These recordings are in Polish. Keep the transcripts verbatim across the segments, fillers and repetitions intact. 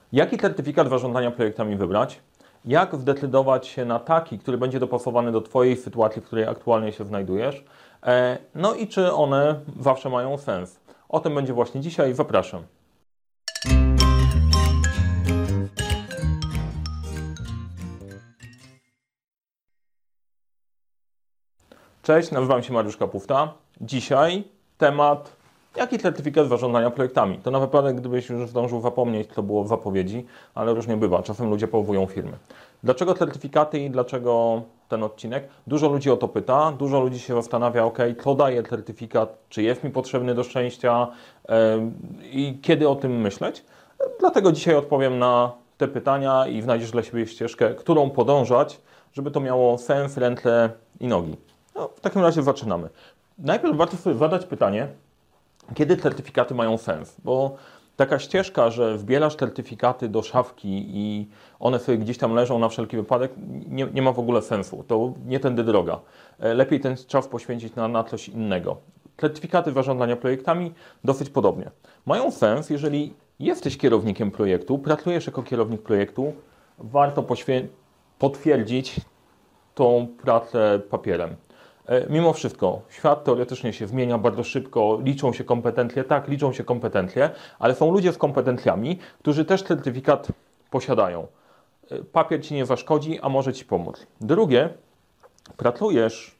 Jaki certyfikat zarządzania projektami wybrać? Jak zdecydować się na taki, który będzie dopasowany do Twojej sytuacji, w której aktualnie się znajdujesz? No i czy one zawsze mają sens? O tym będzie właśnie dzisiaj. Zapraszam. Cześć, nazywam się Mariusz Kapufta. Dzisiaj temat, jaki certyfikat zarządzania projektami. To na wypadek, gdybyś już zdążył zapomnieć, co było w zapowiedzi, ale różnie bywa. Czasem ludzie powołują firmy. Dlaczego certyfikaty i dlaczego ten odcinek? Dużo ludzi o to pyta, dużo ludzi się zastanawia, ok, co daje certyfikat, czy jest mi potrzebny do szczęścia yy, i kiedy o tym myśleć. Dlatego dzisiaj odpowiem na te pytania i znajdziesz dla siebie ścieżkę, którą podążać, żeby to miało sens, ręce i nogi. No, w takim razie zaczynamy. Najpierw warto sobie zadać pytanie, kiedy certyfikaty mają sens, bo taka ścieżka, że wbierasz certyfikaty do szafki i one sobie gdzieś tam leżą na wszelki wypadek, nie, nie ma w ogóle sensu. To nie tędy droga. Lepiej ten czas poświęcić na, na coś innego. Certyfikaty zarządzania projektami dosyć podobnie. Mają sens, jeżeli jesteś kierownikiem projektu, pracujesz jako kierownik projektu, warto potwierdzić tą pracę papierem. Mimo wszystko, świat teoretycznie się zmienia bardzo szybko, liczą się kompetencje, tak, liczą się kompetencje, ale są ludzie z kompetencjami, którzy też certyfikat posiadają. Papier Ci nie zaszkodzi, a może Ci pomóc. Drugie, pracujesz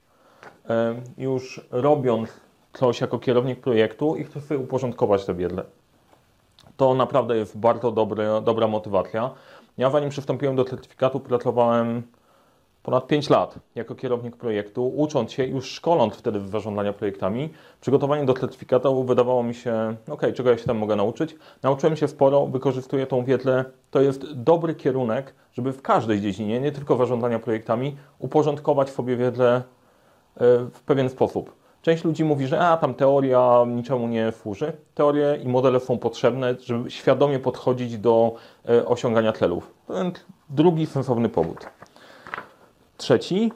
już robiąc coś jako kierownik projektu i chcesz sobie uporządkować tę wiedzę. To naprawdę jest bardzo dobry, dobra motywacja. Ja zanim przystąpiłem do certyfikatu, pracowałem ponad pięć lat jako kierownik projektu, ucząc się, już szkoląc wtedy w zarządzania projektami. Przygotowanie do certyfikatu wydawało mi się, ok, czego ja się tam mogę nauczyć. Nauczyłem się sporo, wykorzystuję tą wiedzę. To jest dobry kierunek, żeby w każdej dziedzinie, nie tylko zarządzania projektami, uporządkować sobie wiedzę w pewien sposób. Część ludzi mówi, że a, tam teoria niczemu nie służy. Teorie i modele są potrzebne, żeby świadomie podchodzić do osiągania celów. To jest drugi sensowny powód. Trzeci,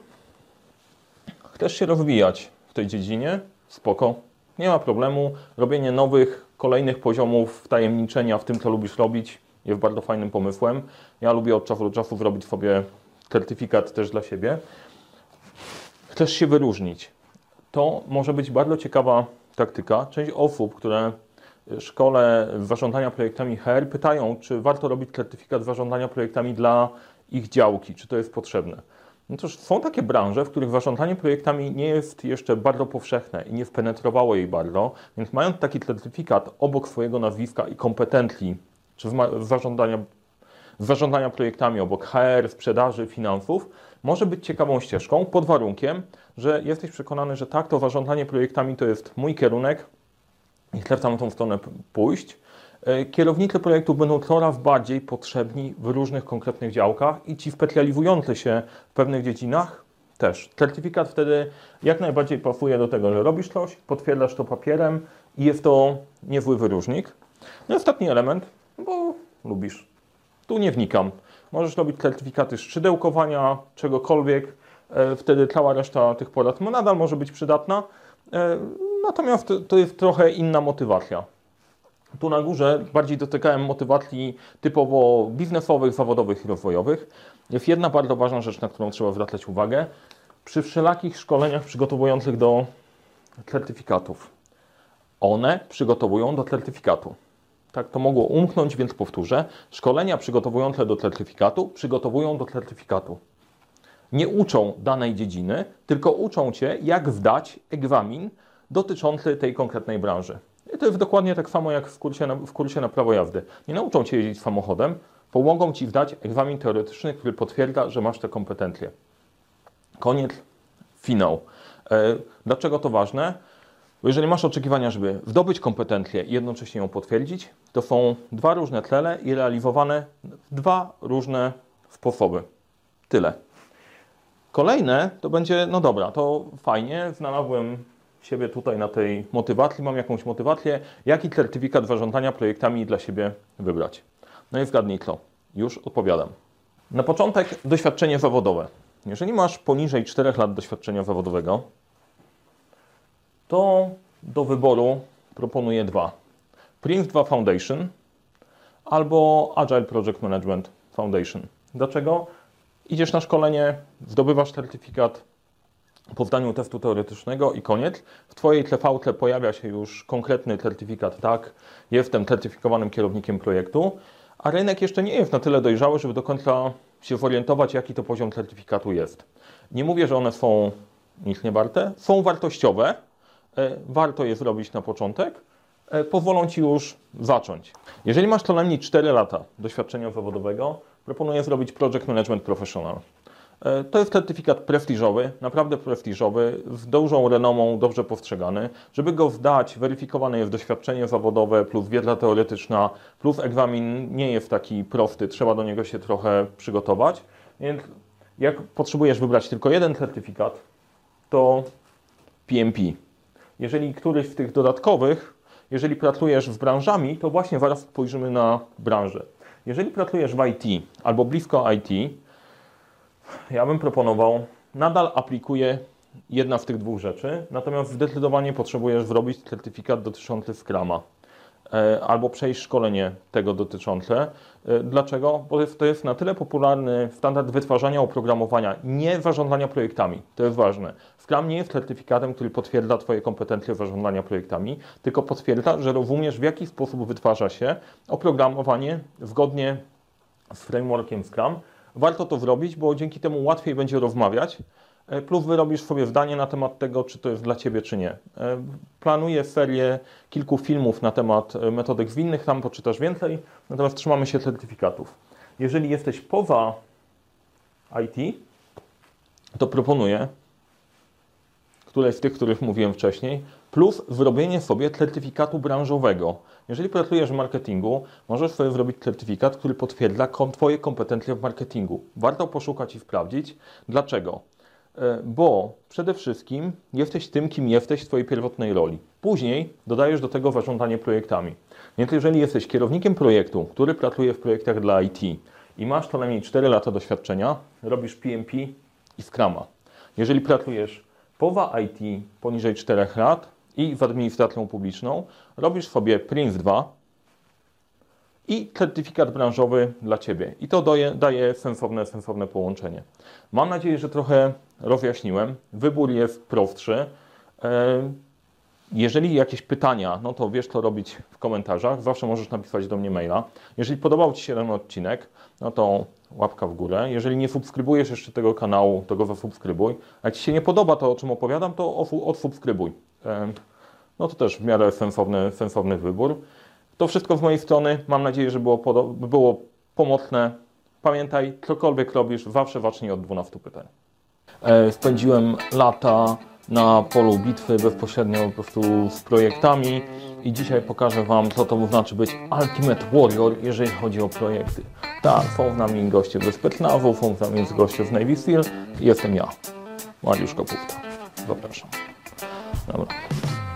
chcesz się rozwijać w tej dziedzinie? Spoko, nie ma problemu. Robienie nowych, kolejnych poziomów wtajemniczenia w tym, co lubisz robić, jest bardzo fajnym pomysłem. Ja lubię od czasu do czasu zrobić sobie certyfikat też dla siebie. Chcesz się wyróżnić. To może być bardzo ciekawa taktyka. Część osób, które szkole zarządzania projektami H R pytają, czy warto robić certyfikat zarządzania projektami dla ich działki, czy to jest potrzebne. No to są takie branże, w których zarządzanie projektami nie jest jeszcze bardzo powszechne i nie wpenetrowało jej bardzo, więc mając taki certyfikat obok swojego nazwiska i kompetencji, czy w zarządzania, w zarządzania projektami obok H R, sprzedaży, finansów, może być ciekawą ścieżką pod warunkiem, że jesteś przekonany, że tak, to zarządzanie projektami to jest mój kierunek i chcę w tamtą stronę pójść. Kierownicy projektu będą coraz bardziej potrzebni w różnych konkretnych działkach i ci specjalizujący się w pewnych dziedzinach też. Certyfikat wtedy jak najbardziej pasuje do tego, że robisz coś, potwierdzasz to papierem i jest to niezły wyróżnik. No i ostatni element, bo lubisz. Tu nie wnikam. Możesz robić certyfikaty szydełkowania, czegokolwiek, wtedy cała reszta tych porad nadal może być przydatna, natomiast to jest trochę inna motywacja. Tu na górze bardziej dotykałem motywacji typowo biznesowych, zawodowych i rozwojowych. Jest jedna bardzo ważna rzecz, na którą trzeba zwracać uwagę. Przy wszelakich szkoleniach przygotowujących do certyfikatów. One przygotowują do certyfikatu. Tak to mogło umknąć, więc powtórzę. Szkolenia przygotowujące do certyfikatu przygotowują do certyfikatu. Nie uczą danej dziedziny, tylko uczą Cię, jak zdać egzamin dotyczący tej konkretnej branży. I to jest dokładnie tak samo jak w kursie, na, w kursie na prawo jazdy. Nie nauczą Cię jeździć samochodem, pomogą Ci zdać egzamin teoretyczny, który potwierdza, że masz te kompetencje. Koniec, finał. E, dlaczego to ważne? Bo jeżeli masz oczekiwania, żeby zdobyć kompetencję i jednocześnie ją potwierdzić, to są dwa różne cele i realizowane w dwa różne sposoby. Tyle. Kolejne to będzie, no dobra, to fajnie, znalazłem siebie tutaj na tej motywacji, mam jakąś motywację, jaki certyfikat zarządzania projektami dla siebie wybrać. No i zgadnij co, już odpowiadam. Na początek doświadczenie zawodowe. Jeżeli masz poniżej czterech lat doświadczenia zawodowego, to do wyboru proponuję dwa. Prince dwa Foundation albo Agile Project Management Foundation. Dlaczego? Idziesz na szkolenie, zdobywasz certyfikat po zdaniu testu teoretycznego i koniec. W Twojej T V T pojawia się już konkretny certyfikat, tak, jestem certyfikowanym kierownikiem projektu, a rynek jeszcze nie jest na tyle dojrzały, żeby do końca się zorientować, jaki to poziom certyfikatu jest. Nie mówię, że one są nic nie warte, są wartościowe, warto je zrobić na początek, pozwolą Ci już zacząć. Jeżeli masz co najmniej cztery lata doświadczenia zawodowego, proponuję zrobić Project Management Professional. To jest certyfikat prestiżowy, naprawdę prestiżowy, z dużą renomą, dobrze postrzegany. Żeby go zdać, weryfikowane jest doświadczenie zawodowe plus wiedza teoretyczna, plus egzamin nie jest taki prosty, trzeba do niego się trochę przygotować. Więc jak potrzebujesz wybrać tylko jeden certyfikat, to P M P. Jeżeli któryś z tych dodatkowych, jeżeli pracujesz z branżami, to właśnie zaraz spojrzymy na branżę. Jeżeli pracujesz w I T albo blisko I T, ja bym proponował, nadal aplikuję jedna z tych dwóch rzeczy, natomiast zdecydowanie potrzebujesz zrobić certyfikat dotyczący Scruma albo przejść szkolenie tego dotyczące. Dlaczego? Bo to jest na tyle popularny standard wytwarzania oprogramowania, nie zarządzania projektami. To jest ważne. Scrum nie jest certyfikatem, który potwierdza Twoje kompetencje zarządzania projektami, tylko potwierdza, że rozumiesz, w jaki sposób wytwarza się oprogramowanie zgodnie z frameworkiem Scrum. Warto to zrobić, bo dzięki temu łatwiej będzie rozmawiać, plus wyrobisz sobie zdanie na temat tego, czy to jest dla Ciebie, czy nie. Planuję serię kilku filmów na temat metodyk zwinnych, tam poczytasz więcej, natomiast trzymamy się certyfikatów. Jeżeli jesteś poza I T, to proponuję któreś z tych, których mówiłem wcześniej, plus zrobienie sobie certyfikatu branżowego. Jeżeli pracujesz w marketingu, możesz sobie zrobić certyfikat, który potwierdza Twoje kompetencje w marketingu. Warto poszukać i sprawdzić. Dlaczego? Bo przede wszystkim jesteś tym, kim jesteś w Twojej pierwotnej roli. Później dodajesz do tego zarządzanie projektami. Więc jeżeli jesteś kierownikiem projektu, który pracuje w projektach dla I T i masz co najmniej cztery lata doświadczenia, robisz P M P i Scruma. Jeżeli pracujesz poza I T poniżej czterech lat i z administracją publiczną, robisz sobie Prince dwa i certyfikat branżowy dla Ciebie. I to daje, daje sensowne, sensowne połączenie. Mam nadzieję, że trochę rozjaśniłem. Wybór jest prostszy. Jeżeli jakieś pytania, no to wiesz, co robić w komentarzach. Zawsze możesz napisać do mnie maila. Jeżeli podobał Ci się ten odcinek, no to łapka w górę. Jeżeli nie subskrybujesz jeszcze tego kanału, to go zasubskrybuj. A jak Ci się nie podoba to, o czym opowiadam, to odsubskrybuj. No to też w miarę sensowny, sensowny wybór. To wszystko z mojej strony. Mam nadzieję, że było, było pomocne. Pamiętaj, cokolwiek robisz, zawsze zacznij od dwunastu pytań. Spędziłem lata na polu bitwy bezpośrednio po prostu z projektami i dzisiaj pokażę Wam, co to znaczy być Ultimate Warrior, jeżeli chodzi o projekty. Tak, są z nami goście ze specnazu, są z nami goście z Navy Seal i jestem ja, Mariusz Kapufta. Zapraszam. Dobra.